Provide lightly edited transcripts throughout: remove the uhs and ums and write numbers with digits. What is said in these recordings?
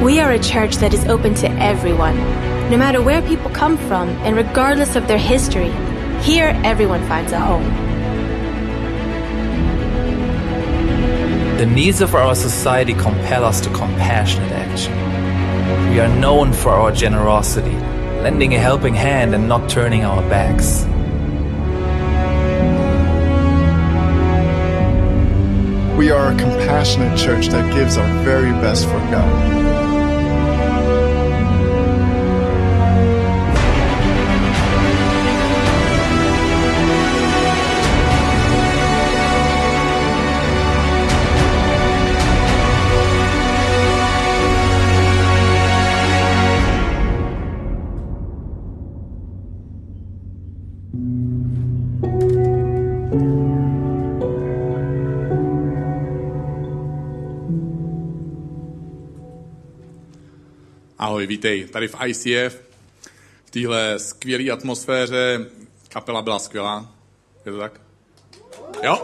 We are a church that is open to everyone, no matter where people come from and regardless of their history. Here, everyone finds a home. The needs of our society compel us to compassionate action. We are known for our generosity, lending a helping hand and not turning our backs. We are a compassionate church that gives our very best for God. Ahoj, vítej tady v ICF, v téhle skvělé atmosféře. Kapela byla skvělá, je to tak? Jo?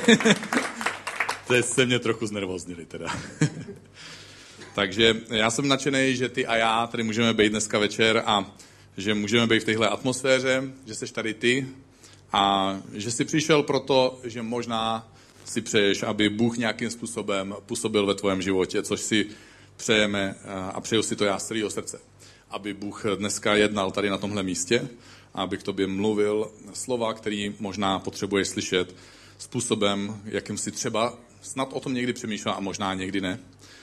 Teď se mě trochu znervoznili teda. Takže já jsem nadšený, že ty a já tady můžeme být dneska večer a že můžeme být v téhle atmosféře, že jsi tady ty a že jsi přišel proto, že možná si přeješ, aby Bůh nějakým způsobem působil ve tvém životě, což si přejeme a přeju si to já z celého srdce. Aby Bůh dneska jednal tady na tomhle místě a aby k tobě mluvil slova, který možná potřebuješ slyšet způsobem, jakým si třeba snad o tom někdy přemýšlel a možná někdy ne.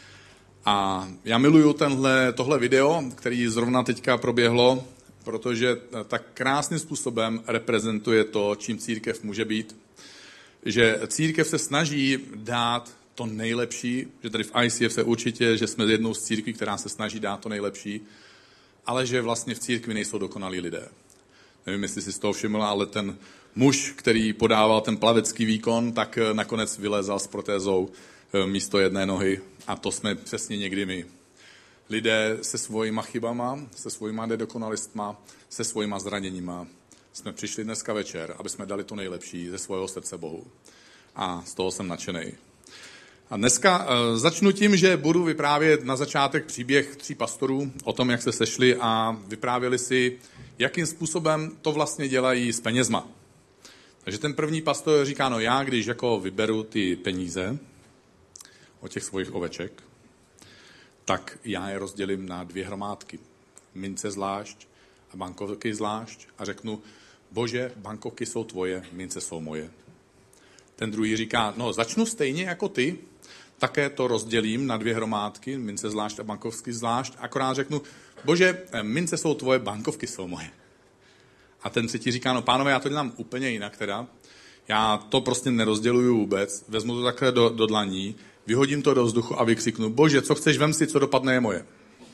A já miluju tohle video, který zrovna teďka proběhlo, protože tak krásným způsobem reprezentuje to, čím církev může být. Že církev se snaží dát to nejlepší, že tady v ICF se určitě, že jsme jednou z církví, která se snaží dát to nejlepší, ale že vlastně v církvi nejsou dokonalí lidé. Nevím, jestli jsi z toho všiml, ale ten muž, který podával ten plavecký výkon, tak nakonec vylezal s protézou místo jedné nohy a to jsme přesně někdy my. Lidé se svojima chybama, se svojima nedokonalistma, se svojima zraněníma. Jsme přišli dneska večer, aby jsme dali to nejlepší ze svého srdce Bohu. A z toho jsem nadšenej. A dneska začnu tím, že budu vyprávět na začátek příběh 3 pastorů o tom, jak se sešli a vyprávěli si, jakým způsobem to vlastně dělají s penězma. Takže ten první pastor říká, no já, když jako vyberu ty peníze od těch svojich oveček, tak já je rozdělím na 2 hromádky. Mince zvlášť a bankovky zvlášť a řeknu, Bože, bankovky jsou tvoje, mince jsou moje. Ten druhý říká, no začnu stejně jako ty, také to rozdělím na 2 hromádky, mince zvlášť a bankovky zvlášť, akorát řeknu, Bože, mince jsou tvoje, bankovky jsou moje. A ten třetí říká, no pánové, já to dělám úplně jinak teda, já to prostě nerozděluju vůbec, vezmu to takhle do dlaní, vyhodím to do vzduchu a vykřiknu, Bože, co chceš, vem si, co dopadne je moje.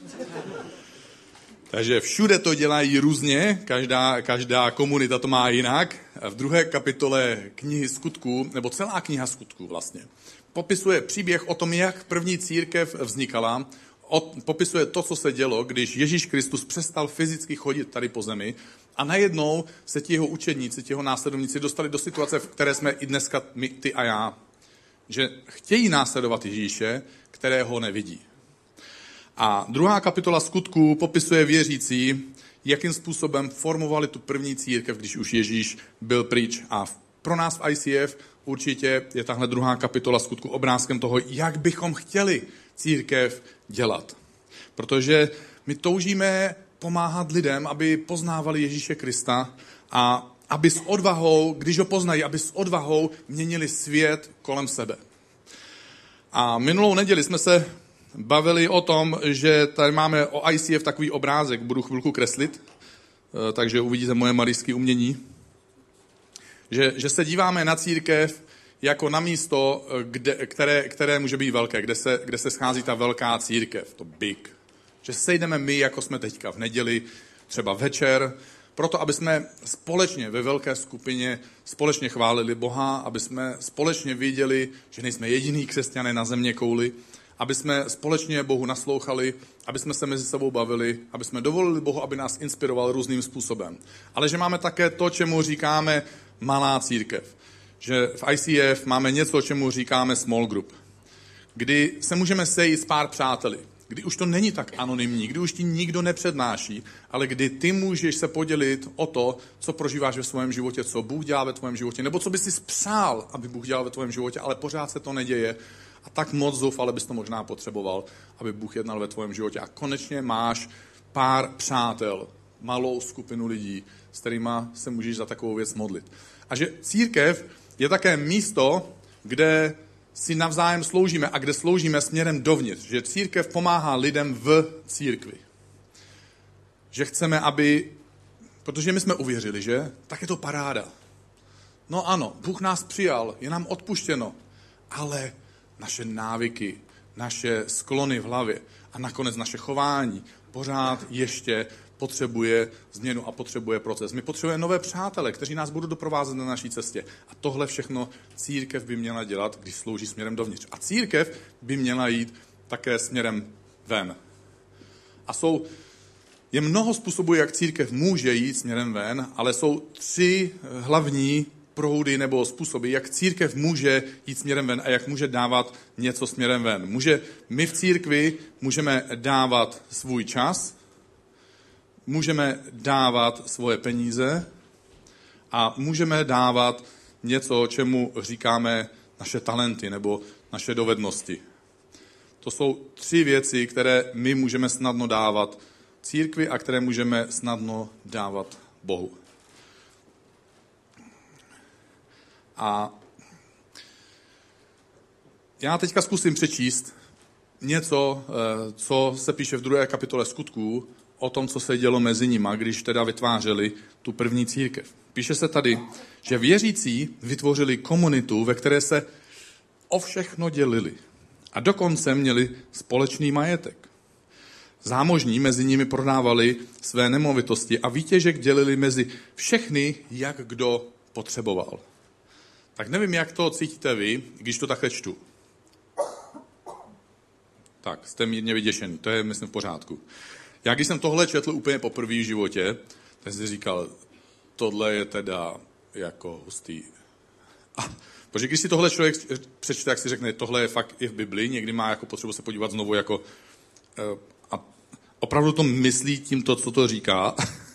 Takže všude to dělají různě, každá komunita to má jinak. V 2. kapitole knihy Skutků, nebo celá kniha Skutků vlastně, popisuje příběh o tom, jak první církev vznikala, popisuje to, co se dělo, když Ježíš Kristus přestal fyzicky chodit tady po zemi a najednou se ti jeho učedníci, ti jeho následovníci dostali do situace, v které jsme i dneska my, ty a já. Že chtějí následovat Ježíše, kterého nevidí. A 2. kapitola Skutků popisuje věřící, jakým způsobem formovali tu první církev, když už Ježíš byl pryč. A pro nás v ICF určitě je tahle 2. kapitola Skutků obrázkem toho, jak bychom chtěli církev dělat. Protože my toužíme pomáhat lidem, aby poznávali Ježíše Krista a aby s odvahou, když ho poznají, aby s odvahou měnili svět kolem sebe. A minulou neděli jsme se bavili o tom, že tady máme o ICF takový obrázek, budu chvilku kreslit, takže uvidíte moje malířské umění, že se díváme na církev jako na místo, které může být velké, kde se schází ta velká církev, to big. Že sejdeme my, jako jsme teďka v neděli, třeba večer, proto, aby jsme společně ve velké skupině společně chválili Boha, aby jsme společně viděli, že nejsme jediný křesťané na země kouli, aby jsme společně Bohu naslouchali, aby jsme se mezi sebou bavili, aby jsme dovolili Bohu, aby nás inspiroval různým způsobem. Ale že máme také to, čemu říkáme malá církev. Že v ICF máme něco, čemu říkáme small group. Kdy se můžeme sejít s pár přáteli. kdy už to není tak anonymní, kdy už ti nikdo nepřednáší, ale kdy ty můžeš se podělit o to, co prožíváš ve svém životě, co Bůh dělá ve tvém životě, nebo co bys si přál, aby Bůh dělal ve tvém životě, ale pořád se to neděje. A tak moc zoufale bys to možná potřeboval, aby Bůh jednal ve tvém životě. A konečně máš pár přátel, malou skupinu lidí, s kterými se můžeš za takovou věc modlit. A že církev je také místo, kde si navzájem sloužíme a kde sloužíme směrem dovnitř. Že církev pomáhá lidem v církvi. Že chceme, protože my jsme uvěřili, že? Tak je to paráda. No ano, Bůh nás přijal, je nám odpuštěno, ale naše návyky, naše sklony v hlavě a nakonec naše chování pořád ještě potřebuje změnu a potřebuje proces. My potřebujeme nové přátele, kteří nás budou doprovázet na naší cestě. A tohle všechno církev by měla dělat, když slouží směrem dovnitř. A církev by měla jít také směrem ven. A je mnoho způsobů, jak církev může jít směrem ven, ale jsou 3 hlavní proudy nebo způsoby, jak církev může jít směrem ven a jak může dávat něco směrem ven. My v církvi můžeme dávat svůj čas, můžeme dávat svoje peníze a můžeme dávat něco, čemu říkáme naše talenty nebo naše dovednosti. To jsou 3 věci, které my můžeme snadno dávat církvi a které můžeme snadno dávat Bohu. A já teďka zkusím přečíst něco, co se píše v 2. kapitole Skutků, o tom, co se dělo mezi nimi, když teda vytvářeli tu první církev. Píše se tady, že věřící vytvořili komunitu, ve které se o všechno dělili a dokonce měli společný majetek. Zámožní mezi nimi prodávali své nemovitosti a výtěžek dělili mezi všechny, jak kdo potřeboval. Tak nevím, jak to cítíte vy, když to takhle čtu. Tak, jste mírně vyděšený, to je, myslím, v pořádku. Já když jsem tohle četl úplně poprvé v životě, tak jsem si říkal, tohle je teda jako hustý. Protože když si tohle člověk přečte, tak si řekne, tohle je fakt i v Bibli, někdy má jako potřebu se podívat znovu jako a opravdu to myslí tím to, co to říká.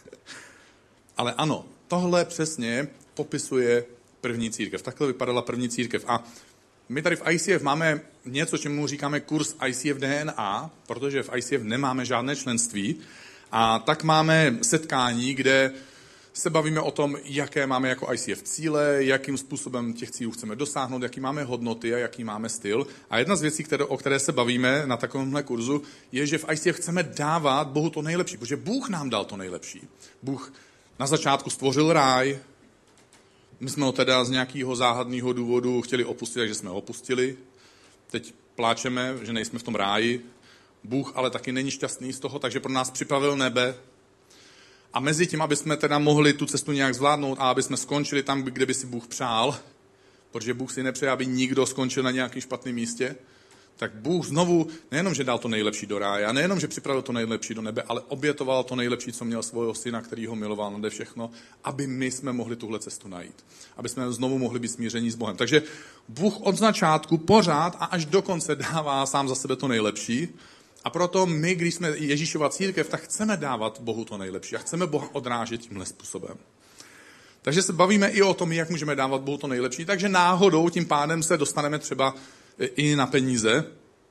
Ale ano, tohle přesně popisuje první církev. Takhle vypadala první církev. A my tady v ICF máme něco, čemu říkáme kurz ICF DNA, protože v ICF nemáme žádné členství. A tak máme setkání, kde se bavíme o tom, jaké máme jako ICF cíle, jakým způsobem těch cílů chceme dosáhnout, jaký máme hodnoty a jaký máme styl. A jedna z věcí, o které se bavíme na takovémhle kurzu, je, že v ICF chceme dávat Bohu to nejlepší, protože Bůh nám dal to nejlepší. Bůh na začátku stvořil ráj, my jsme ho teda z nějakého záhadného důvodu chtěli opustit, takže jsme ho opustili. Teď pláčeme, že nejsme v tom ráji. Bůh ale taky není šťastný z toho, takže pro nás připravil nebe. A mezi tím, aby jsme teda mohli tu cestu nějak zvládnout a aby jsme skončili tam, kde by si Bůh přál, protože Bůh si nepřeje, aby nikdo skončil na nějakém špatném místě, tak Bůh znovu nejenom, že dal to nejlepší do ráje, a nejenom, že připravil to nejlepší do nebe, ale obětoval to nejlepší, co měl svého syna, který ho miloval nade všechno, aby my jsme mohli tuhle cestu najít. Aby jsme znovu mohli být smíření s Bohem. Takže Bůh od začátku pořád a až do konce dává sám za sebe to nejlepší. A proto my, když jsme Ježíšova církev, tak chceme dávat Bohu to nejlepší a chceme Boha odrážet tímhle způsobem. Takže se bavíme i o tom, jak můžeme dávat Bohu to nejlepší, takže náhodou tím pádem se dostaneme třeba i na peníze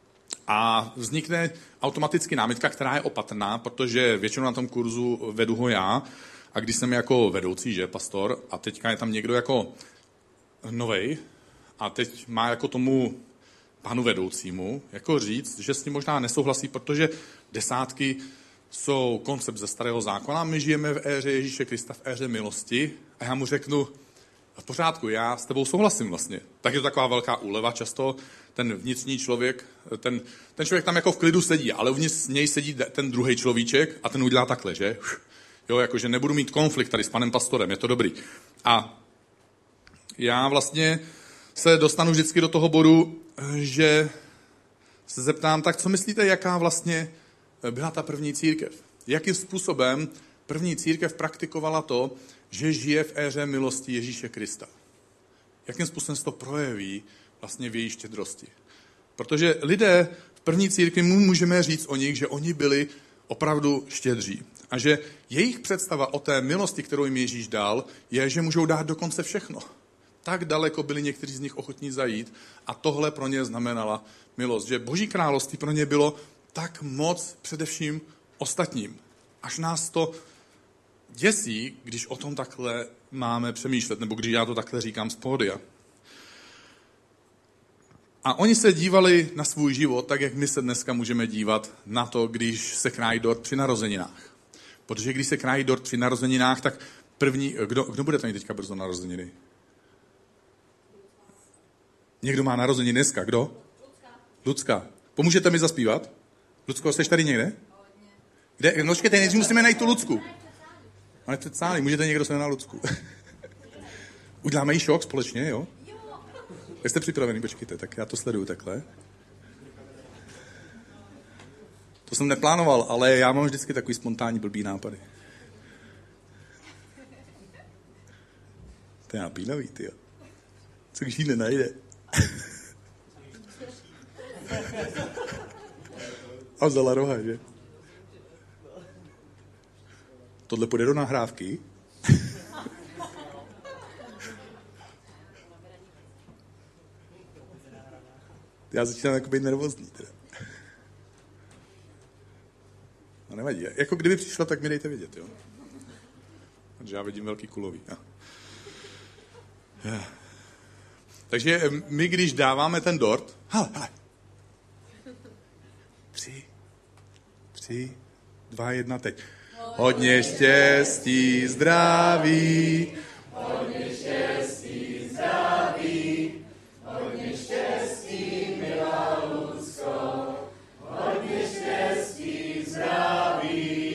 a vznikne automaticky námitka, která je opatrná, protože většinou na tom kurzu vedu ho já a když jsem jako vedoucí, že pastor, a teďka je tam někdo jako novej a teď má jako tomu pánu vedoucímu jako říct, že s tím možná nesouhlasí, protože desátky jsou koncept ze starého zákona, my žijeme v éře Ježíše Krista, v éře milosti a já mu řeknu, v pořádku, já s tebou souhlasím vlastně. Tak je to taková velká úleva, často ten vnitřní člověk, ten člověk tam jako v klidu sedí, ale uvnitř něj sedí ten druhý človíček a ten udělá takhle, že? Jo, jakože nebudu mít konflikt tady s panem pastorem, je to dobrý. A já vlastně se dostanu vždycky do toho bodu, že se zeptám, tak co myslíte, jaká vlastně byla ta první církev? Jakým způsobem první církev praktikovala to, že žije v éře milosti Ježíše Krista? Jakým způsobem se to projeví vlastně v její štědrosti? Protože lidé v první církvi můžeme říct o nich, že oni byli opravdu štědří. A že jejich představa o té milosti, kterou jim Ježíš dal, je, že můžou dát dokonce všechno. Tak daleko byli někteří z nich ochotní zajít a tohle pro ně znamenala milost. Že Boží království pro ně bylo tak moc především ostatním. Až nás to děsí, když o tom takhle máme přemýšlet, nebo když já to takhle říkám z pódia. A oni se dívali na svůj život, tak jak my se dneska můžeme dívat na to, když se krájí dort při narozeninách. Protože když se krájí dort při narozeninách, tak první... Kdo bude tady teďka brzo narozeniny? Někdo má narozeniny dneska. Kdo? Lucka. Pomůžete mi zaspívat? Lucko, jsi tady někde? Kde? No čekajte, nejdřív musíme najít tu Lucku. Ale to je cáli, můžete někdo se na Lucku. Uděláme jí šok společně, jo? Jste připravený? Počkejte, tak já to sleduju takhle. To jsem neplánoval, ale já mám vždycky takový spontánní blbý nápady. To je napínavý, tyjo. Co když jí nenajde? A vzala roha, že? Tohle půjde do nahrávky. Já začínám jako být nervózní teda. No nevadí. Jako kdyby přišla, tak mi dejte vědět, jo? Takže já vidím velký kulový. Ja. Takže my, když dáváme ten dort... Hele. 3, 2, 1, teď. Hodně štěstí, zdraví. Hodně štěstí, zdraví. Hodně štěstí, milá Lucko. Hodně štěstí, zdraví.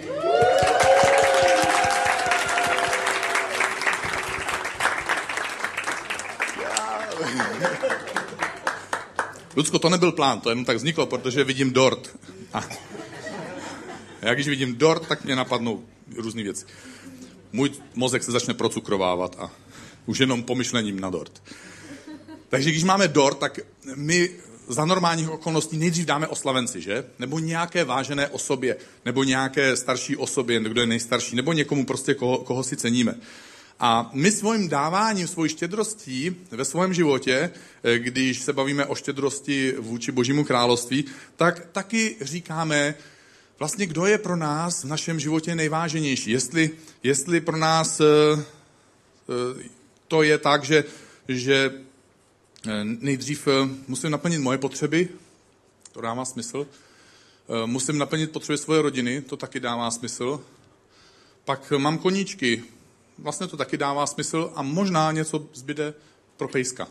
Lucko, to nebyl plán, to jenom tak vzniklo, protože vidím dort. A já když vidím dort, tak mě napadnou různé věci. Můj mozek se začne procukrovávat a už jenom pomyšlením na dort. Takže když máme dort, tak my za normálních okolností nejdřív dáme oslavenci, že? Nebo nějaké vážené osobě, nebo nějaké starší osobě, kdo je nejstarší, nebo někomu prostě, koho si ceníme. A my svým dáváním, svojí štědrostí ve svém životě, když se bavíme o štědrosti vůči Božímu království, tak taky říkáme, vlastně kdo je pro nás v našem životě nejváženější. Jestli pro nás to je tak, že nejdřív musím naplnit moje potřeby, to dává smysl. Musím naplnit potřeby svoje rodiny, to taky dává smysl. Pak mám koníčky, vlastně to taky dává smysl a možná něco zbyde pro pejska.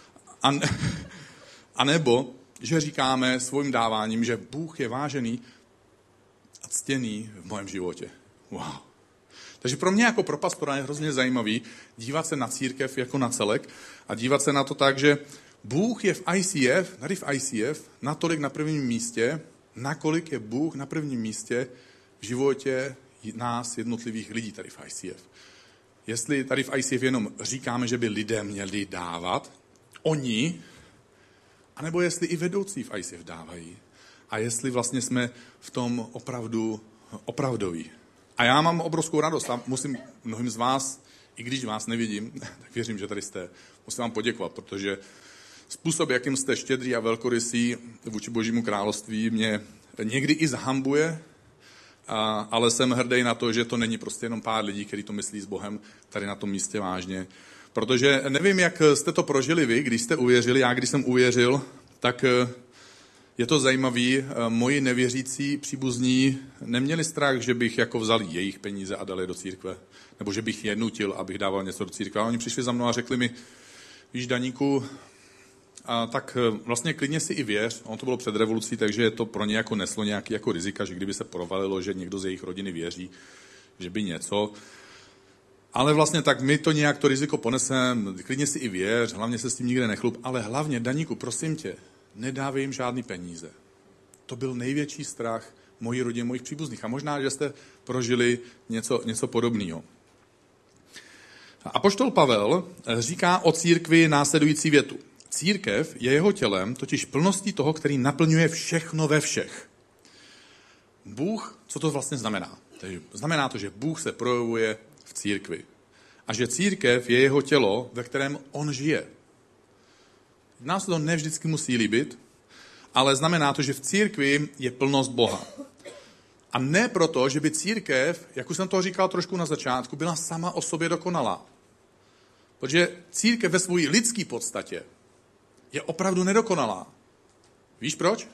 A nebo, že říkáme svým dáváním, že Bůh je vážený a ctěný v mém životě. Wow. Takže pro mě jako pro pastora je hrozně zajímavý dívat se na církev jako na celek a dívat se na to tak, že Bůh je v ICF, tady v ICF, natolik na prvním místě, nakolik je Bůh na prvním místě v životě nás jednotlivých lidí tady v ICF. Jestli tady v ICF jenom říkáme, že by lidé měli dávat, oni, anebo jestli i vedoucí v ICF dávají. A jestli vlastně jsme v tom opravdu opravdoví. A já mám obrovskou radost a musím mnohým z vás, i když vás nevidím, tak věřím, že tady jste, musím vám poděkovat, protože způsob, jakým jste štědrý a velkorysý vůči Božímu království, mě někdy i zahambuje, ale jsem hrdý na to, že to není prostě jenom pár lidí, kteří to myslí s Bohem tady na tom místě vážně. Protože nevím, jak jste to prožili vy, když jste uvěřili. Já, když jsem uvěřil, tak je to zajímavý. Moji nevěřící příbuzní neměli strach, že bych jako vzal jejich peníze a dal je do církve. Nebo že bych je nutil, abych dával něco do církve. A oni přišli za mnou a řekli mi, víš, Daníku, tak vlastně klidně si i věř. On to bylo před revolucí, takže to pro ně jako neslo nějaký jako rizika, že kdyby se provalilo, že někdo z jejich rodiny věří, že by něco. Ale vlastně tak my to nějak to riziko poneseme, klidně si i věř, hlavně se s tím nikde nechlup, ale hlavně, Daníku, prosím tě, nedávej jim žádný peníze. To byl největší strach mojí rodiny, mojich příbuzných. A možná, že jste prožili něco podobného. Apoštol Pavel říká o církvi následující větu. Církev je jeho tělem, totiž plností toho, který naplňuje všechno ve všech. Bůh, co to vlastně znamená? Znamená to, že Bůh se projevuje v církvi. A že církev je jeho tělo, ve kterém on žije. Nám se to nevždycky musí líbit, ale znamená to, že v církvi je plnost Boha. A ne proto, že by církev, jak už jsem to říkal trošku na začátku, byla sama o sobě dokonalá. Protože církev ve své lidské podstatě je opravdu nedokonalá. Víš proč?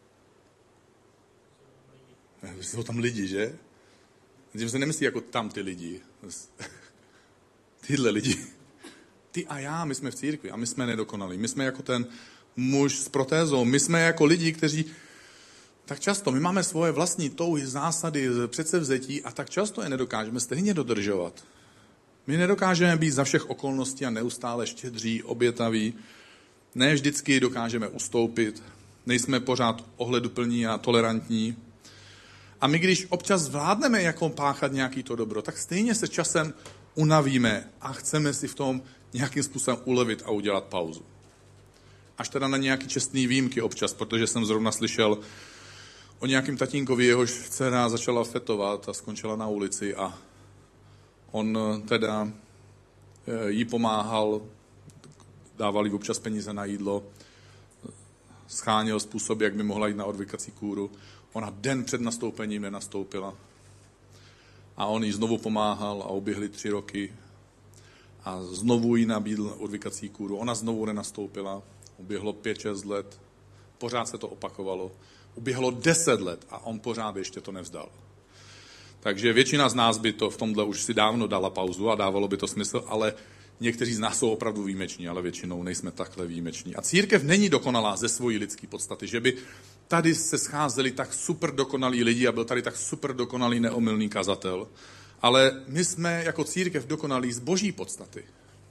Jsou tam lidi, že? Tím se nemyslí jako tam ty lidi. Tyhle lidi. Ty a já, my jsme v církvi a my jsme nedokonalí. My jsme jako ten muž s protézou. My jsme jako lidi, kteří tak často, my máme svoje vlastní touhy, zásady, předsevzetí a tak často je nedokážeme stejně dodržovat. My nedokážeme být za všech okolností a neustále štědří, obětaví. Ne vždycky dokážeme ustoupit. Nejsme pořád ohleduplní a tolerantní. A my, když občas zvládneme jako páchat nějaký to dobro, tak stejně se časem unavíme a chceme si v tom nějakým způsobem ulevit a udělat pauzu. Až teda na nějaký čestný výjimky občas, protože jsem zrovna slyšel o nějakým tatínkovi, jehož dcera začala fetovat a skončila na ulici a on teda jí pomáhal, dával jí občas peníze na jídlo, scháněl způsob, jak by mohla jít na odvykací kůru. Ona den před nastoupením nenastoupila. A on jí znovu pomáhal a uběhly 3 roky. A znovu jí nabídl odvykací kůru. Ona znovu nenastoupila. Uběhlo 5-6 let. Pořád se to opakovalo. Uběhlo 10 let a on pořád ještě to nevzdal. Takže většina z nás by to v tomhle už si dávno dala pauzu a dávalo by to smysl, ale někteří z nás jsou opravdu výjimeční, ale většinou nejsme takhle výjimeční. A církev není dokonalá ze svojí lidské podstaty, že by tady se scházeli tak super dokonalí lidi a byl tady tak super dokonalý neomylný kazatel, ale my jsme jako církev dokonalí z boží podstaty.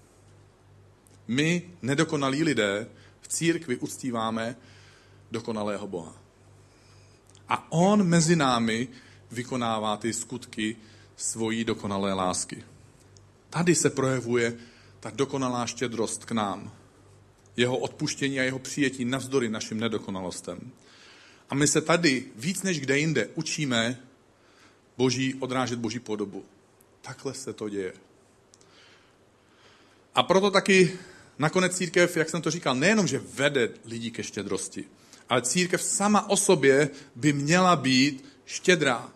My, nedokonalí lidé, v církvi uctíváme dokonalého Boha. A on mezi námi vykonává ty skutky svojí dokonalé lásky. Tady se projevuje ta dokonalá štědrost k nám. Jeho odpuštění a jeho přijetí navzdory našim nedokonalostem. A my se tady víc než kde jinde učíme odrážet Boží podobu. Takhle se to děje. A proto taky nakonec církev, jak jsem to říkal, nejenom, že vede lidi ke štědrosti, ale církev sama o sobě by měla být štědrá.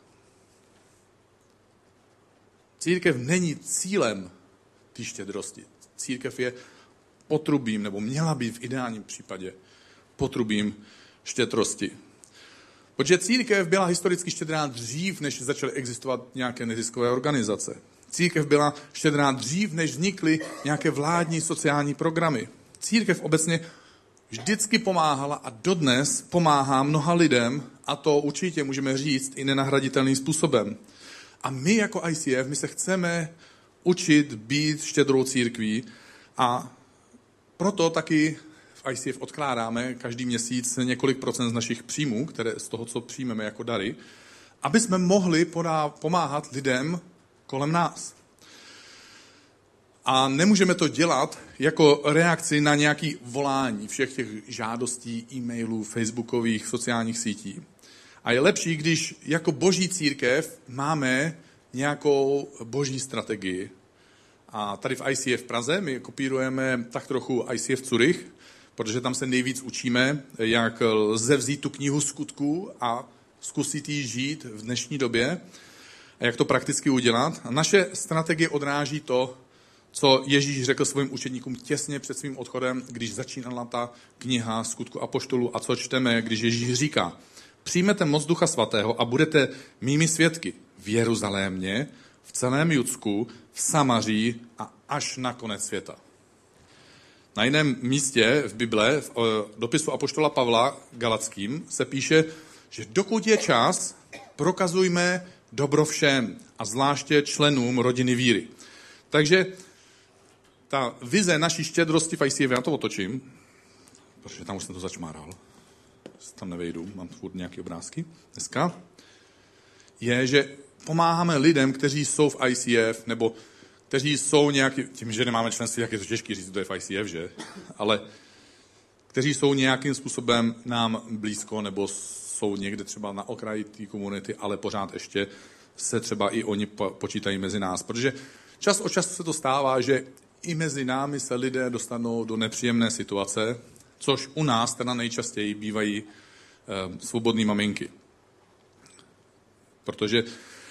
Církev není cílem té štědrosti. Církev je potrubím, nebo měla být v ideálním případě potrubím štědrosti. Protože církev byla historicky štědrá dřív, než začaly existovat nějaké neziskové organizace. Církev byla štědrá dřív, než vznikly nějaké vládní sociální programy. Církev obecně vždycky pomáhala a dodnes pomáhá mnoha lidem, a to určitě můžeme říct i nenahraditelným způsobem. A my jako ICF, my se chceme učit být štědrou církví a proto taky v ICF odkládáme každý měsíc několik procent z našich příjmů, které z toho, co přijmeme jako dary, aby jsme mohli pomáhat lidem kolem nás. A nemůžeme to dělat jako reakci na nějaké volání všech těch žádostí, e-mailů, facebookových, sociálních sítí. A je lepší, když jako boží církev máme nějakou boží strategii. A tady v ICF v Praze my kopírujeme tak trochu ICF Zurich, protože tam se nejvíc učíme, jak lze vzít tu knihu skutků a zkusit ji žít v dnešní době a jak to prakticky udělat. A naše strategie odráží to, co Ježíš řekl svým učedníkům těsně před svým odchodem, když začínala ta kniha Skutku apoštolů a co čteme, když Ježíš říká: přijmete moc Ducha Svatého a budete mými svědky v Jeruzalémě, v celém Judsku, v Samaří a až na konec světa. Na jiném místě v Bible, v dopisu apoštola Pavla Galackým, se píše, že dokud je čas, prokazujme dobro všem a zvláště členům rodiny víry. Takže ta vize naší štědrosti v ICF, já to otočím, protože tam už jsem to začmáral, tam nevejdu, mám furt nějaké obrázky dneska, je, že pomáháme lidem, kteří jsou v ICF, nebo kteří jsou nějaký, tím, že nemáme členství, jak je to těžký říct, to je v ICF, že? Ale kteří jsou nějakým způsobem nám blízko, nebo jsou někde třeba na okraji té komunity, ale pořád ještě se třeba i oni počítají mezi nás. Protože čas od času se to stává, že i mezi námi se lidé dostanou do nepříjemné situace, což u nás teda nejčastěji bývají svobodné maminky. Protože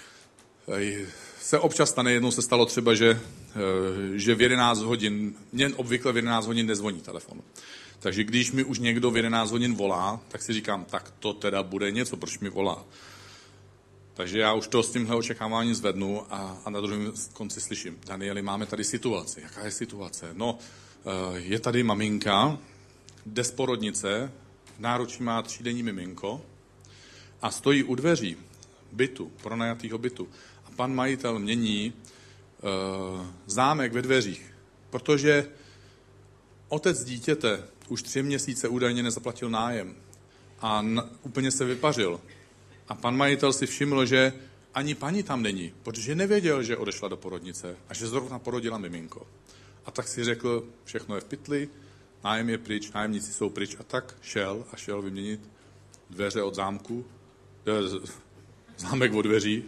se občas stane, jednou se stalo třeba, že v 11 hodin, mně obvykle v 11 hodin nezvoní telefon. Takže když mi už někdo v 11 hodin volá, tak si říkám, tak to teda bude něco, proč mi volá. Takže já už to s tímhle očekáváním zvednu a na druhém konci slyším, Danieli, máme tady situaci. Jaká je situace? No, je tady maminka, jde z porodnice, v náručí má 3denní miminko a stojí u dveří bytu, pronajatýho bytu. A pan majitel mění zámek ve dveřích, protože otec dítěte už 3 měsíce údajně nezaplatil nájem a úplně se vypařil. A pan majitel si všiml, že ani paní tam není, protože nevěděl, že odešla do porodnice a že zrovna porodila miminko. A tak si řekl, všechno je v pytli, nájem je pryč, nájemníci jsou pryč a tak šel vyměnit dveře od zámku, zámek od dveří.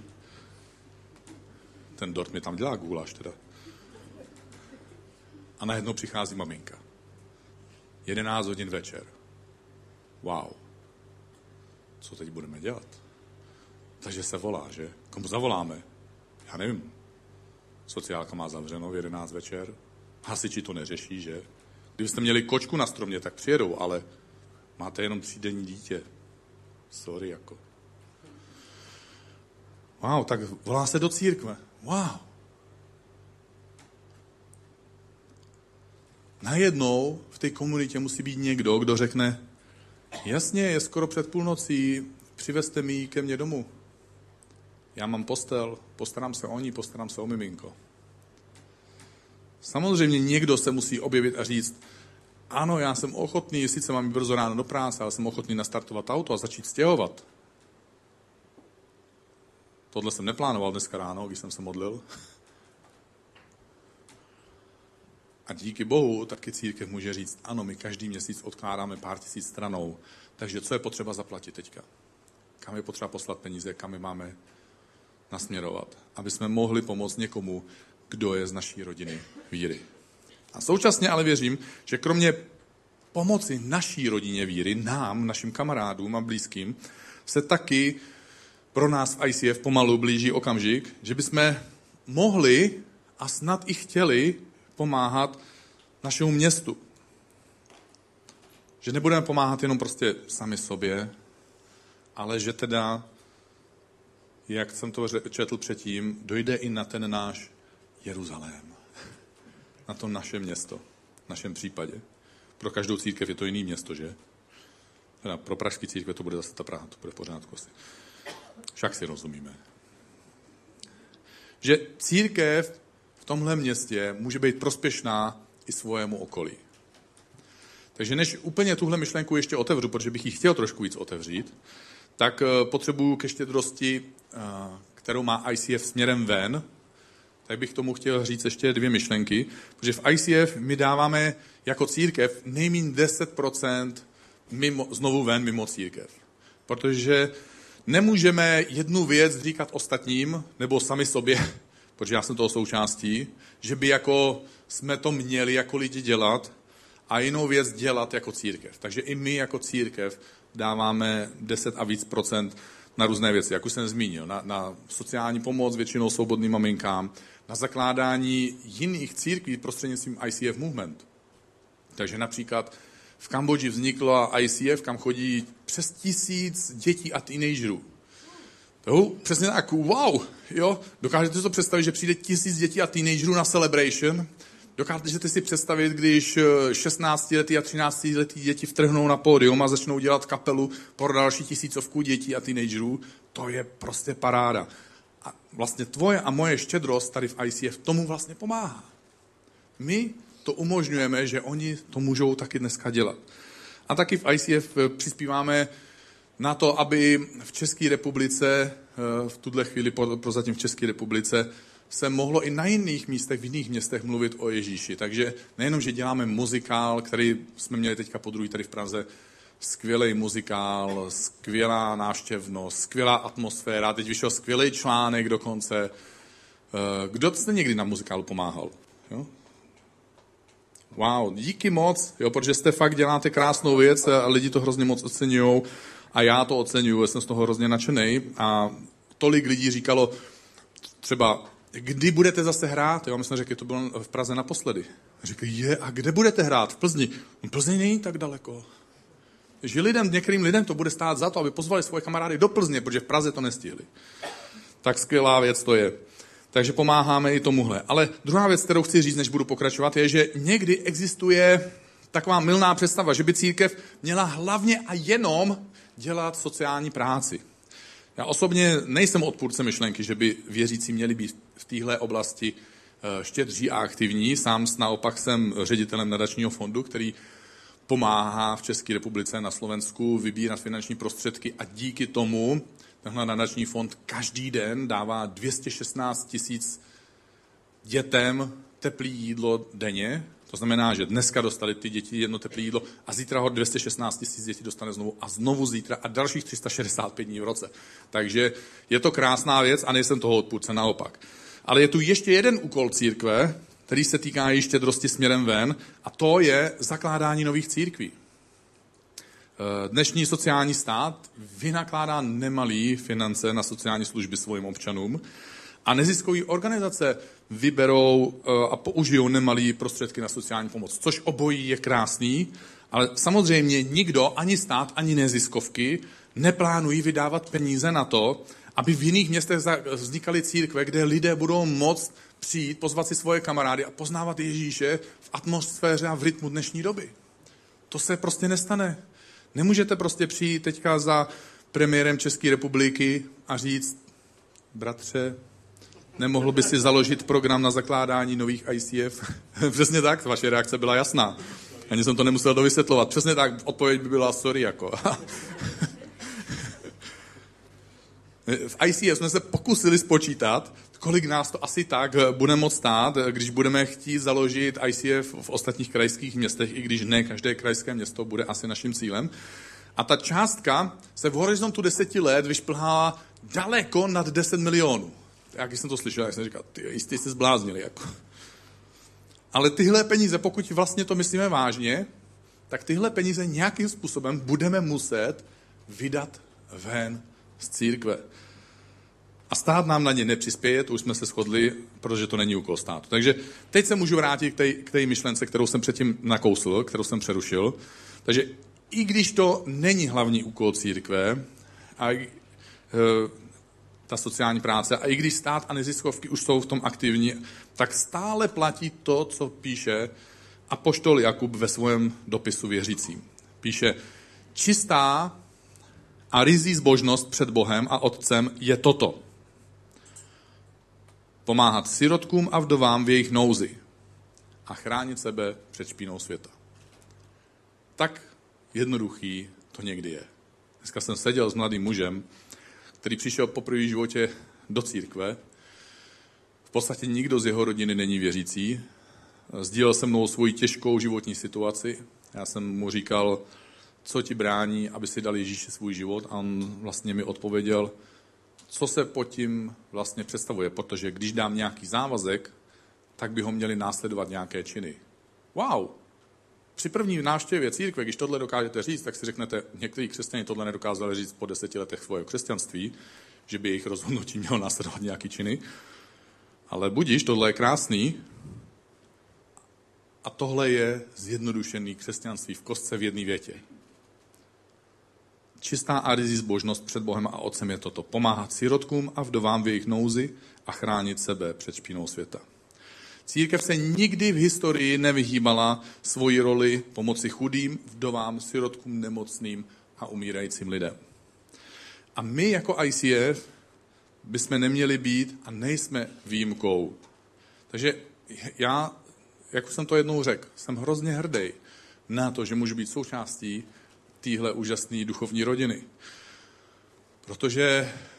Ten dort mi tam dělá guláš teda. A najednou přichází maminka. 11 hodin večer. Wow. Co teď budeme dělat? Takže se volá, že? Komu zavoláme? Já nevím. Sociálka má zavřeno v 11 večer. Hasiči to neřeší, že? Kdybyste měli kočku na stromě, tak přijedou, ale máte jenom 3denní dítě. Sorry, jako. Wow, tak volá se do církve. Wow. Najednou v té komunitě musí být někdo, kdo řekne, jasně, je skoro před půlnocí, přivezte mi ji ke mně domů. Já mám postel, postarám se o ní, postarám se o miminko. Samozřejmě někdo se musí objevit a říct, ano, já jsem ochotný, sice mám brzo ráno do práce, ale jsem ochotný nastartovat auto a začít stěhovat. Tohle jsem neplánoval dneska ráno, když jsem se modlil. A díky Bohu taky církev může říct, ano, my každý měsíc odkládáme pár tisíc stranou, takže co je potřeba zaplatit teďka? Kam je potřeba poslat peníze, kam je máme nasměrovat, aby jsme mohli pomoct někomu, kdo je z naší rodiny víry. A současně ale věřím, že kromě pomoci naší rodině víry, nám, našim kamarádům a blízkým, se taky pro nás v ICF pomalu blíží okamžik, že bychom mohli a snad i chtěli pomáhat našemu městu. Že nebudeme pomáhat jenom prostě sami sobě, ale že teda, jak jsem to četl předtím, dojde i na ten náš Jeruzalém. Na to naše město, v našem případě. Pro každou církev je to jiný město, že? Teda pro pražský církve to bude zase ta Praha, to bude v pořádku asi. Však si rozumíme. Že církev v tomhle městě může být prospěšná i svému okolí. Takže než úplně tuhle myšlenku ještě otevřu, protože bych ji chtěl trošku víc otevřít, tak potřebuju ke štědrosti, kterou má ICF směrem ven, tak bych tomu chtěl říct ještě 2 myšlenky, protože v ICF my dáváme jako církev nejméně 10% znovu ven mimo církev. Protože nemůžeme jednu věc říkat ostatním, nebo sami sobě, protože já jsem toho součástí, že by jako jsme to měli jako lidi dělat a jinou věc dělat jako církev. Takže i my jako církev dáváme 10 a víc procent na různé věci, jak už jsem zmínil, na sociální pomoc většinou svobodným maminkám, na zakládání jiných církví prostřednictvím ICF Movement. Takže například v Kambodži vznikla ICF, kam chodí přes 1000 dětí a teenagerů. Jo, přesně tak, wow, jo, dokážete si to představit, že přijde 1000 dětí a teenagerů na celebration? Dokážete si představit, když 16letí a 13letí děti vtrhnou na pódium a začnou dělat kapelu pro další 1000 dětí a teenagerů? To je prostě paráda. A vlastně tvoje a moje štědrost tady v ICF tomu vlastně pomáhá. My to umožňujeme, že oni to můžou taky dneska dělat. A taky v ICF přispíváme na to, aby v České republice, v tuhle chvíli prozatím v České republice, se mohlo i na jiných místech, v jiných městech mluvit o Ježíši. Takže nejenom, že děláme muzikál, který jsme měli teďka podruhý tady v Praze, skvělý muzikál, skvělá návštěvnost, skvělá atmosféra, teď vyšel skvělý článek dokonce. Kdo jste někdy na muzikálu pomáhal? Jo? Wow, díky moc, jo, protože jste fakt děláte krásnou věc a lidi to hrozně moc oceňují a já to oceňuju, jsem z toho hrozně nadšenej a tolik lidí říkalo třeba, kdy budete zase hrát? Jo, my jsme řekli, to bylo v Praze naposledy. Řekli, a kde budete hrát? V Plzni. No, Plzeň není tak daleko. Že některým lidem to bude stát za to, aby pozvali svoje kamarády do Plzně, protože v Praze to nestihli. Tak skvělá věc to je. Takže pomáháme i tomuhle. Ale druhá věc, kterou chci říct, než budu pokračovat, je, že někdy existuje taková mylná představa, že by církev měla hlavně a jenom dělat sociální práci. Já osobně nejsem odpůrce myšlenky, že by věřící měli být v téhle oblasti štědří a aktivní. Sám naopak jsem ředitelem nadačního fondu, který pomáhá v České republice, na Slovensku vybírat finanční prostředky a díky tomu tenhle nadační fond každý den dává 216 000 dětem teplé jídlo denně. To znamená, že dneska dostali ty děti jedno teplé jídlo a zítra ho 216 000 dětí dostane znovu a znovu zítra a dalších 365 dní v roce. Takže je to krásná věc a nejsem toho odpůrce, naopak. Ale je tu ještě jeden úkol církve, který se týká i štědrosti směrem ven, a to je zakládání nových církví. Dnešní sociální stát vynakládá nemalý finance na sociální služby svým občanům a neziskové organizace vyberou a použijou nemalý prostředky na sociální pomoc, což obojí je krásný, ale samozřejmě nikdo, ani stát, ani neziskovky neplánují vydávat peníze na to, aby v jiných městech vznikaly církve, kde lidé budou moct přijít, pozvat si svoje kamarády a poznávat Ježíše v atmosféře a v rytmu dnešní doby. To se prostě nestane. Nemůžete prostě přijít teďka za premiérem České republiky a říct, bratře, nemohl by si založit program na zakládání nových ICF? Přesně tak, vaše reakce byla jasná. Ani jsem to nemusel dovysvětlovat. Přesně tak, odpověď by byla sorry jako. V ICF jsme se pokusili spočítat, kolik nás to asi tak bude moct stát, když budeme chtít založit ICF v ostatních krajských městech, i když ne každé krajské město bude asi naším cílem. A ta částka se v horizontu 10 let vyšplhala daleko nad 10 milionů. Jak jsem to slyšel, jak jsem říkal, jistě jste zbláznili. Jako. Ale tyhle peníze, pokud vlastně to myslíme vážně, tak tyhle peníze nějakým způsobem budeme muset vydat ven z církve. A stát nám na ně nepřispěje, to už jsme se shodli, protože to není úkol státu. Takže teď se můžu vrátit k té myšlence, kterou jsem předtím nakousl, kterou jsem přerušil. Takže i když to není hlavní úkol církve, a ta sociální práce, a i když stát a neziskovky už jsou v tom aktivní, tak stále platí to, co píše apoštol Jakub ve svém dopisu věřícím. Píše, čistá a ryzí zbožnost před Bohem a Otcem je toto. Pomáhat sirotkům a vdovám v jejich nouzi a chránit sebe před špínou světa. Tak jednoduchý to někdy je. Dneska jsem seděl s mladým mužem, který přišel poprvé v životě do církve. V podstatě nikdo z jeho rodiny není věřící. Sdílel se mnou svoji těžkou životní situaci. Já jsem mu říkal, co ti brání, aby si dal Ježíši svůj život, a on vlastně mi odpověděl, co se pod tím vlastně představuje, protože když dám nějaký závazek, tak by ho měli následovat nějaké činy. Wow! Při první návštěvě církve, když tohle dokážete říct, tak si řeknete, někteří křesťané tohle nedokázali říct po 10 letech svého křesťanství, že by jejich rozhodnutí mělo následovat nějaké činy. Ale budiš, tohle je krásný. A tohle je zjednodušený křesťanství v kostce v jedné větě. Čistá a ryzí zbožnost před Bohem a Otcem je toto. Pomáhat sirotkům a vdovám v jejich nouzi a chránit sebe před špínou světa. Církev se nikdy v historii nevyhýbala svoji roli pomoci chudým, vdovám, sirotkům, nemocným a umírajícím lidem. A my jako ICF bychom neměli být a nejsme výjimkou. Takže já, jak už jsem to jednou řekl, jsem hrozně hrdý na to, že můžu být součástí téhle úžasné duchovní rodiny. Protože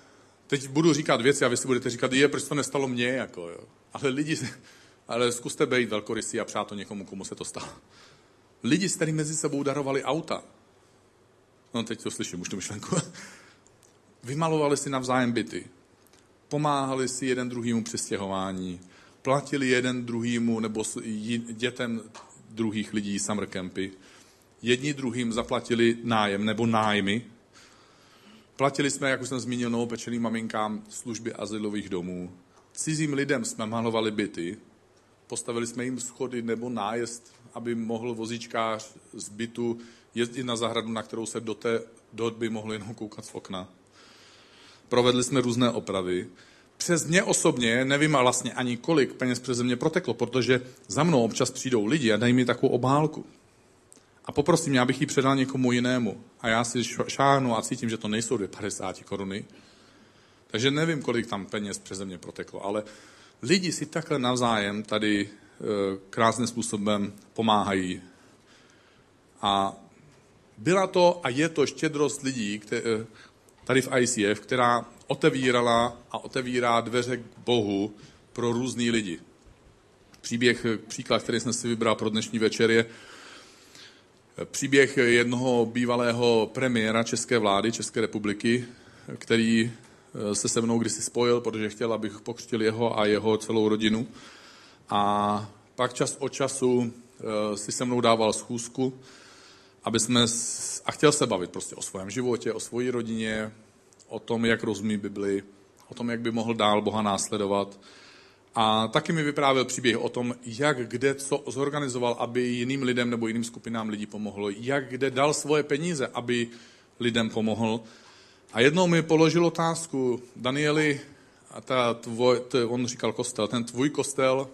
teď budu říkat věci a vy si budete říkat, proč to nestalo mně, jako, jo. Ale zkuste být velkorysí a přát to někomu, komu se to stalo. Lidi, s kterými mezi sebou darovali auta. No teď to slyším, už tu myšlenku. Vymalovali si navzájem byty. Pomáhali si jeden druhýmu při stěhování. Platili jeden druhýmu nebo dětem druhých lidí summer campy. Jedni druhým zaplatili nájem nebo nájmy. Platili jsme, jak už jsem zmínil, novopečeným maminkám služby azylových domů. Cizím lidem jsme malovali byty. Postavili jsme jim schody nebo nájezd, aby mohl vozíčkář z bytu jezdit na zahradu, na kterou se do té doby mohli jenom koukat z okna. Provedli jsme různé opravy. Přes mě osobně nevím vlastně ani kolik peněz přeze mě proteklo, protože za mnou občas přijdou lidi a dají mi takovou obálku. A poprosím mě, abych ji předal někomu jinému. A já si šáhnu a cítím, že to nejsou 2,50 koruny. Takže nevím, kolik tam peněz přeze mě proteklo, ale lidi si takhle navzájem tady krásným způsobem pomáhají. A byla to a je to štědrost lidí tady v ICF, která otevírala a otevírá dveře k Bohu pro různý lidi. Příklad, který jsem si vybral pro dnešní večer, je příběh jednoho bývalého premiéra české vlády, České republiky, který se mnou kdysi spojil, protože chtěl, abych pokřtil jeho a jeho celou rodinu. A pak čas od času si se mnou dával schůzku, a chtěl se bavit prostě o svém životě, o svojí rodině, o tom, jak rozumí Bibli, o tom, jak by mohl dál Boha následovat. A taky mi vyprávěl příběh o tom, jak kde co zorganizoval, aby jiným lidem nebo jiným skupinám lidí pomohlo, jak kde dal svoje peníze, aby lidem pomohl. A jednou mi položil otázku, Danieli, on říkal kostel, ten tvůj kostel,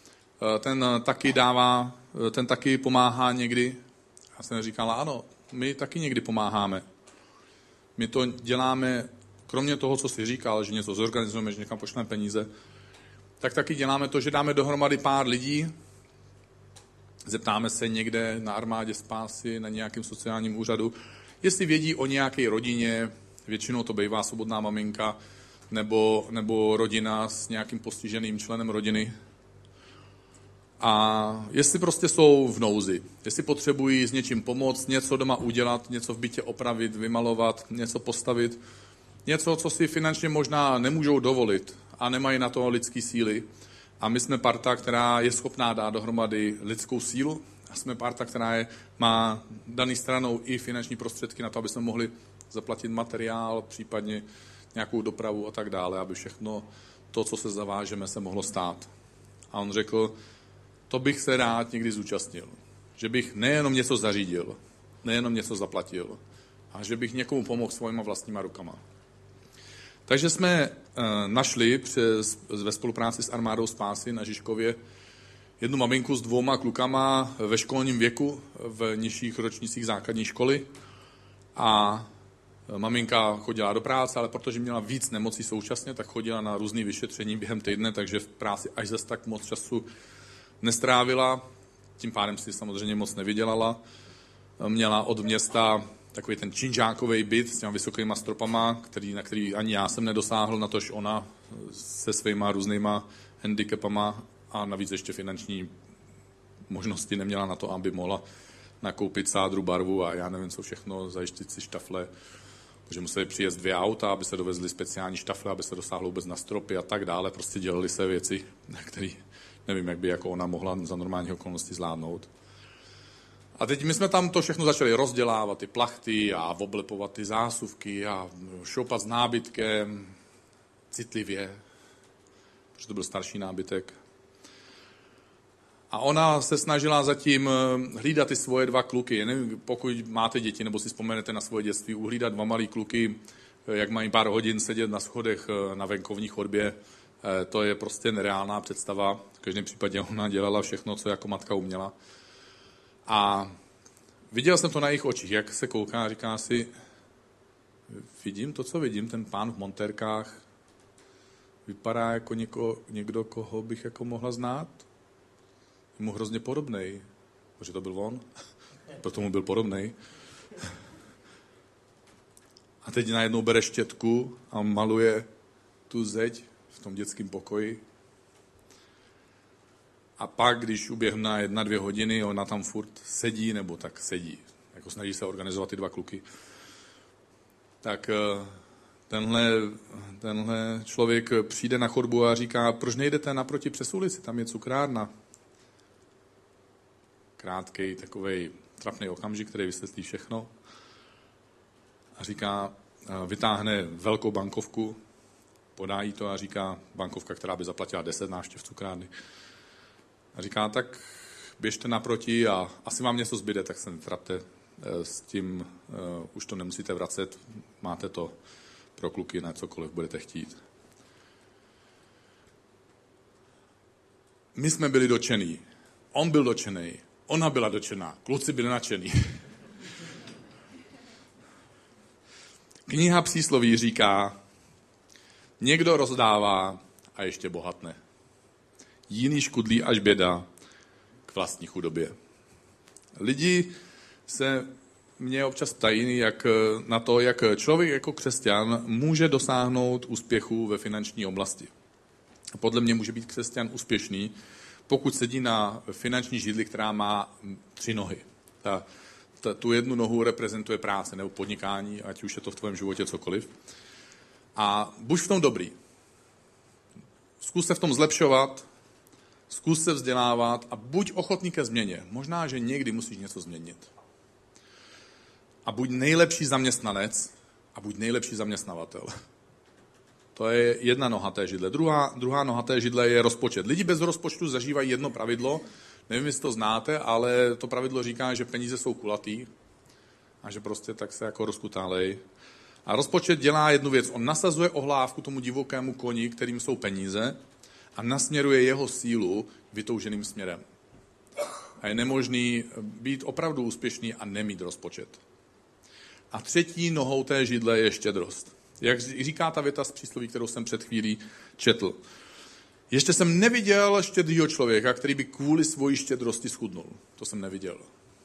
ten taky pomáhá někdy. Já jsem říkala, ano, my taky někdy pomáháme. My to děláme, kromě toho, co jsi říkal, že něco zorganizujeme, že někam pošleme peníze, tak taky děláme to, že dáme dohromady pár lidí, zeptáme se někde na armádě spásy, na nějakém sociálním úřadu, jestli vědí o nějaké rodině, většinou to bývá svobodná maminka, nebo rodina s nějakým postiženým členem rodiny. A jestli prostě jsou v nouzi, jestli potřebují s něčím pomoct, něco doma udělat, něco v bytě opravit, vymalovat, něco postavit, něco, co si finančně možná nemůžou dovolit a nemají na to lidský síly. A my jsme parta, která je schopná dát dohromady lidskou sílu a jsme parta, která má daný stranou i finanční prostředky na to, aby jsme mohli zaplatit materiál, případně nějakou dopravu a tak dále, aby všechno to, co se zavážeme, se mohlo stát. A on řekl, to bych se rád někdy zúčastnil. Že bych nejenom něco zařídil, nejenom něco zaplatil, a že bych někomu pomohl svojima vlastníma rukama. Takže jsme našli ve spolupráci s Armádou spásy na Žižkově jednu maminku s 2 klukama ve školním věku, v nižších ročnících základní školy. A maminka chodila do práce, ale protože měla víc nemocí současně, tak chodila na různé vyšetření během týdne, takže v práci až zas tak moc času nestrávila, tím pádem si samozřejmě moc nevydělala. Měla od města takový ten činžákovej byt s těma vysokýma stropama, na který ani já jsem nedosáhl, natož ona se svýma různýma handicapama a navíc ještě finanční možnosti neměla na to, aby mohla nakoupit sádru, barvu a já nevím co všechno, zajistit si štafle, protože museli přijet 2 auta, aby se dovezly speciální štafle, aby se dosáhlo vůbec na stropy a tak dále. Prostě dělali se věci, které nevím, jak by jako ona mohla za normální okolnosti zvládnout. A teď my jsme tam to všechno začali rozdělávat, ty plachty a oblepovat ty zásuvky a šoupat s nábytkem citlivě, protože to byl starší nábytek. A ona se snažila zatím hlídat ty svoje 2 kluky. Nevím, pokud máte děti nebo si vzpomenete na svoje dětství, uhlídat 2 malý kluky, jak mají pár hodin sedět na schodech na venkovní chodbě, to je prostě nereálná představa. V každém případě ona dělala všechno, co jako matka uměla. A viděl jsem to na jejich očích, jak se kouká a říká si, vidím to, co vidím, ten pán v montérkách vypadá jako někdo, koho bych jako mohla znát. Je mu hrozně podobnej, protože to byl on, proto mu byl podobnej. A teď najednou bere štětku a maluje tu zeď v tom dětském pokoji. A pak, když uběhne 1-2 hodiny, ona tam furt sedí, nebo tak sedí. Jako snaží se organizovat ty 2 kluky. Tak tenhle člověk přijde na chodbu a říká, proč nejdete naproti přes ulici, tam je cukrárna. Krátkej, takovej trapný okamžik, který vysvětlí všechno. A říká, vytáhne velkou bankovku, podá jí to a říká, bankovka, která by zaplatila 10 návštěv cukrárny. A říká, tak běžte naproti a asi vám něco zbyde, tak se netrapte s tím, už to nemusíte vracet, máte to pro kluky na cokoliv budete chtít. My jsme byli dotčený, on byl dotčený, ona byla dotčená, kluci byli nadšený. Kniha Přísloví říká, někdo rozdává a ještě bohatne. Jiný škudlí až běda k vlastní chudobě. Lidi se mě občas ptají na to, jak člověk jako křesťan může dosáhnout úspěchu ve finanční oblasti. Podle mě může být křesťan úspěšný, pokud sedí na finanční židli, která má 3 nohy. Tu jednu nohu reprezentuje práce nebo podnikání, ať už je to v tvém životě cokoliv. A buď v tom dobrý. Zkus se v tom zlepšovat, zkus se vzdělávat a buď ochotný ke změně. Možná, že někdy musíš něco změnit. A buď nejlepší zaměstnanec a buď nejlepší zaměstnavatel. To je jedna noha té židle. Druhá noha té židle je rozpočet. Lidi bez rozpočtu zažívají jedno pravidlo. Nevím, jestli to znáte, ale to pravidlo říká, že peníze jsou kulatý a že prostě tak se jako rozkutálej. A rozpočet dělá jednu věc. On nasazuje ohlávku tomu divokému koni, kterým jsou peníze, a nasměruje jeho sílu vytouženým směrem. A je nemožný být opravdu úspěšný a nemít rozpočet. A třetí nohou té židle je štědrost. Jak říká ta věta z přísloví, kterou jsem před chvílí četl. Ještě jsem neviděl štědrýho člověka, který by kvůli svojí štědrosti schudnul. To jsem neviděl.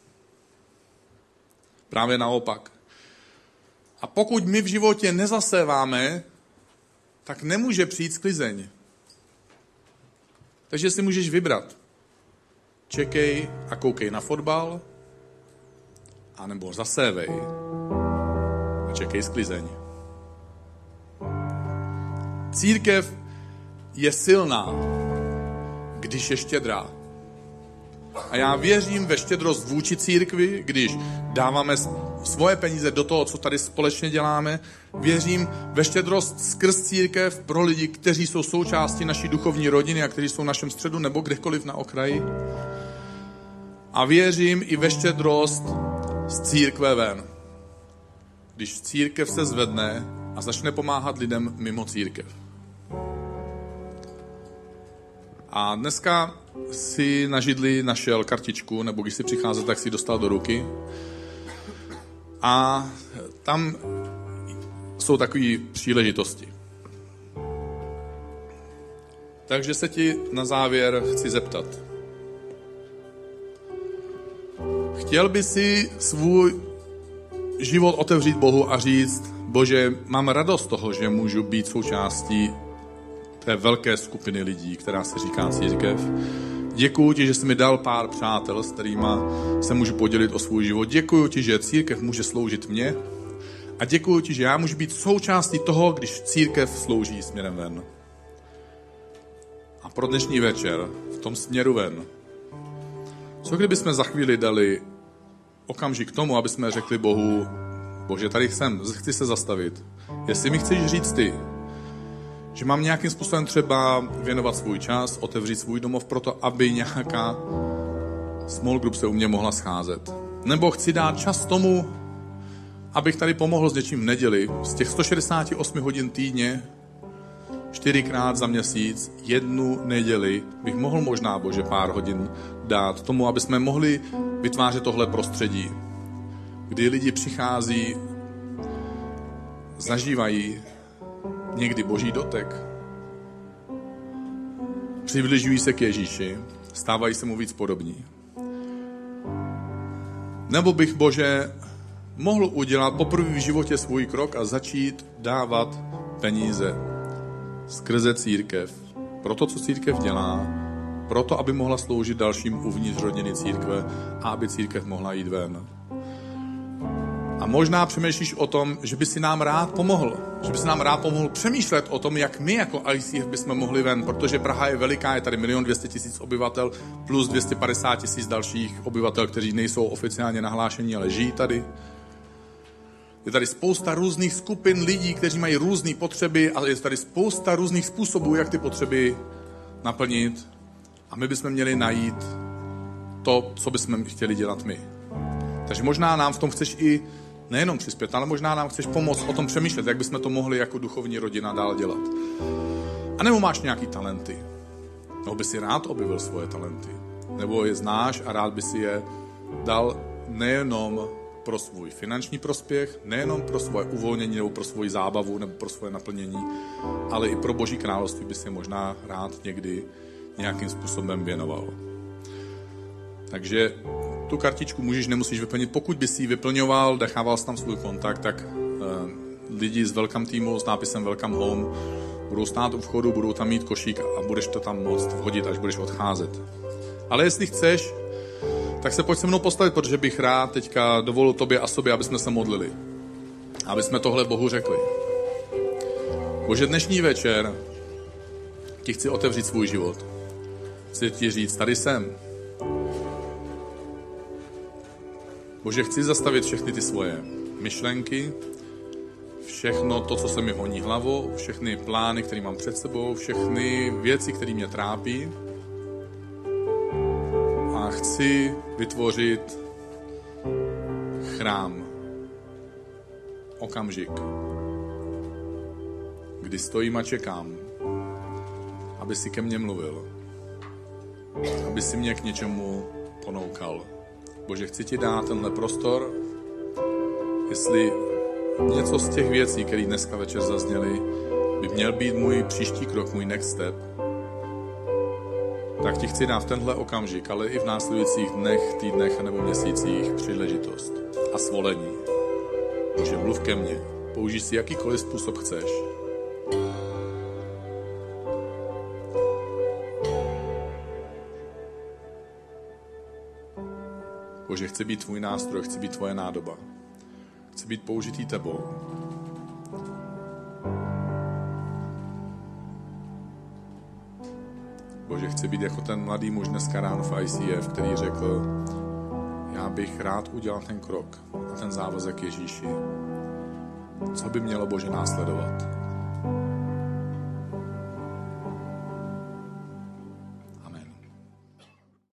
Právě naopak. A pokud my v životě nezaséváme, tak nemůže přijít sklizeň. Takže si můžeš vybrat. Čekej a koukej na fotbal, anebo zasévej a čekej sklizeň. Církev je silná, když je štědrá. A já věřím ve štědrost vůči církvi, když dáváme svoje peníze do toho, co tady společně děláme. Věřím ve štědrost skrz církev pro lidi, kteří jsou součástí naší duchovní rodiny a kteří jsou v našem středu nebo kdekoliv na okraji. A věřím i ve štědrost z církve ven. Když církev se zvedne a začne pomáhat lidem mimo církev. A dneska si na židli našel kartičku, nebo když si přicházel, tak si ji dostal do ruky. A tam jsou takové příležitosti. Takže se ti na závěr chci zeptat. Chtěl by si svůj život otevřít Bohu a říct, Bože, mám radost toho, že můžu být součástí té velké skupiny lidí, která se říká církev. Děkuju ti, že jsi mi dal pár přátel, s kterýma se můžu podělit o svůj život. Děkuju ti, že církev může sloužit mně. A děkuju ti, že já můžu být součástí toho, když církev slouží směrem ven. A pro dnešní večer, v tom směru ven, co kdybychom za chvíli dali okamžik k tomu, aby jsme řekli Bohu, Bože, tady jsem, chci se zastavit. Jestli mi chceš říct ty, že mám nějakým způsobem třeba věnovat svůj čas, otevřít svůj domov proto, aby nějaká small group se u mě mohla scházet. Nebo chci dát čas tomu, abych tady pomohl s něčím v neděli. Z těch 168 hodin týdně, 4krát za měsíc, 1 neděli bych mohl možná, Bože, pár hodin dát tomu, aby jsme mohli vytvářet tohle prostředí, kdy lidi přichází, zažívají někdy Boží dotek, přibližují se k Ježíši, stávají se mu víc podobní. Nebo bych, Bože, mohl udělat poprvé v životě svůj krok a začít dávat peníze skrze církev, pro to, co církev dělá, proto, aby mohla sloužit dalším uvnitř rodiny církve a aby církev mohla jít ven. A možná přemýšlíš o tom, že by si nám rád pomohl. Že by si nám rád pomohl přemýšlet o tom, jak my jako ICF bychom mohli ven, protože Praha je veliká, je tady 1 200 000 obyvatel plus 250 000 dalších obyvatel, kteří nejsou oficiálně nahlášení, ale žijí tady. Je tady spousta různých skupin lidí, kteří mají různé potřeby a je tady spousta různých způsobů, jak ty potřeby naplnit. A my bychom měli najít to, co bychom chtěli dělat my. Takže možná nám v tom chceš i nejenom přispět, ale možná nám chceš pomoct o tom přemýšlet, jak bychom to mohli jako duchovní rodina dál dělat. A nebo máš nějaký talenty. Nebo by si rád objevil svoje talenty. Nebo je znáš a rád by si je dal nejenom pro svůj finanční prospěch, nejenom pro svoje uvolnění nebo pro svoji zábavu nebo pro svoje naplnění, ale i pro Boží království by si možná rád někdy nějakým způsobem věnoval. Takže tu kartičku nemusíš vyplnit. Pokud by si ji vyplňoval, dechával jsi tam svůj kontakt, tak lidi z Welcome týmu s nápisem Welcome Home budou stát u vchodu, budou tam mít košík a budeš to tam moct vhodit, až budeš odcházet. Ale jestli chceš, tak se pojď se mnou postavit, protože bych rád teďka dovolil tobě a sobě, aby jsme se modlili. Aby jsme tohle Bohu řekli. Bože, dnešní večer ti chci otevřít svůj život. Chci ti říct, tady jsem. Bože, chci zastavit všechny ty svoje myšlenky, všechno to, co se mi honí hlavou, všechny plány, které mám před sebou, všechny věci, které mě trápí. A chci vytvořit chrám. Okamžik, kdy stojím a čekám, aby si ke mně mluvil, aby si mě k něčemu ponoukal. Bože, chci ti dát tenhle prostor, jestli něco z těch věcí, které dneska večer zazněly, by měl být můj příští krok, můj next step, tak ti chci dát v tenhle okamžik, ale i v následujících dnech, týdnech nebo měsících příležitost a svolení. Bože, mluv ke mně, použij si jakýkoliv způsob chceš. Bože, chci být tvůj nástroj, chci být tvoje nádoba. Chci být použitý tebou. Bože, chci být jako ten mladý muž dneska ráno v ICF, který řekl, já bych rád udělal ten krok a ten závazek Ježíši. Co by mělo, Bože, následovat?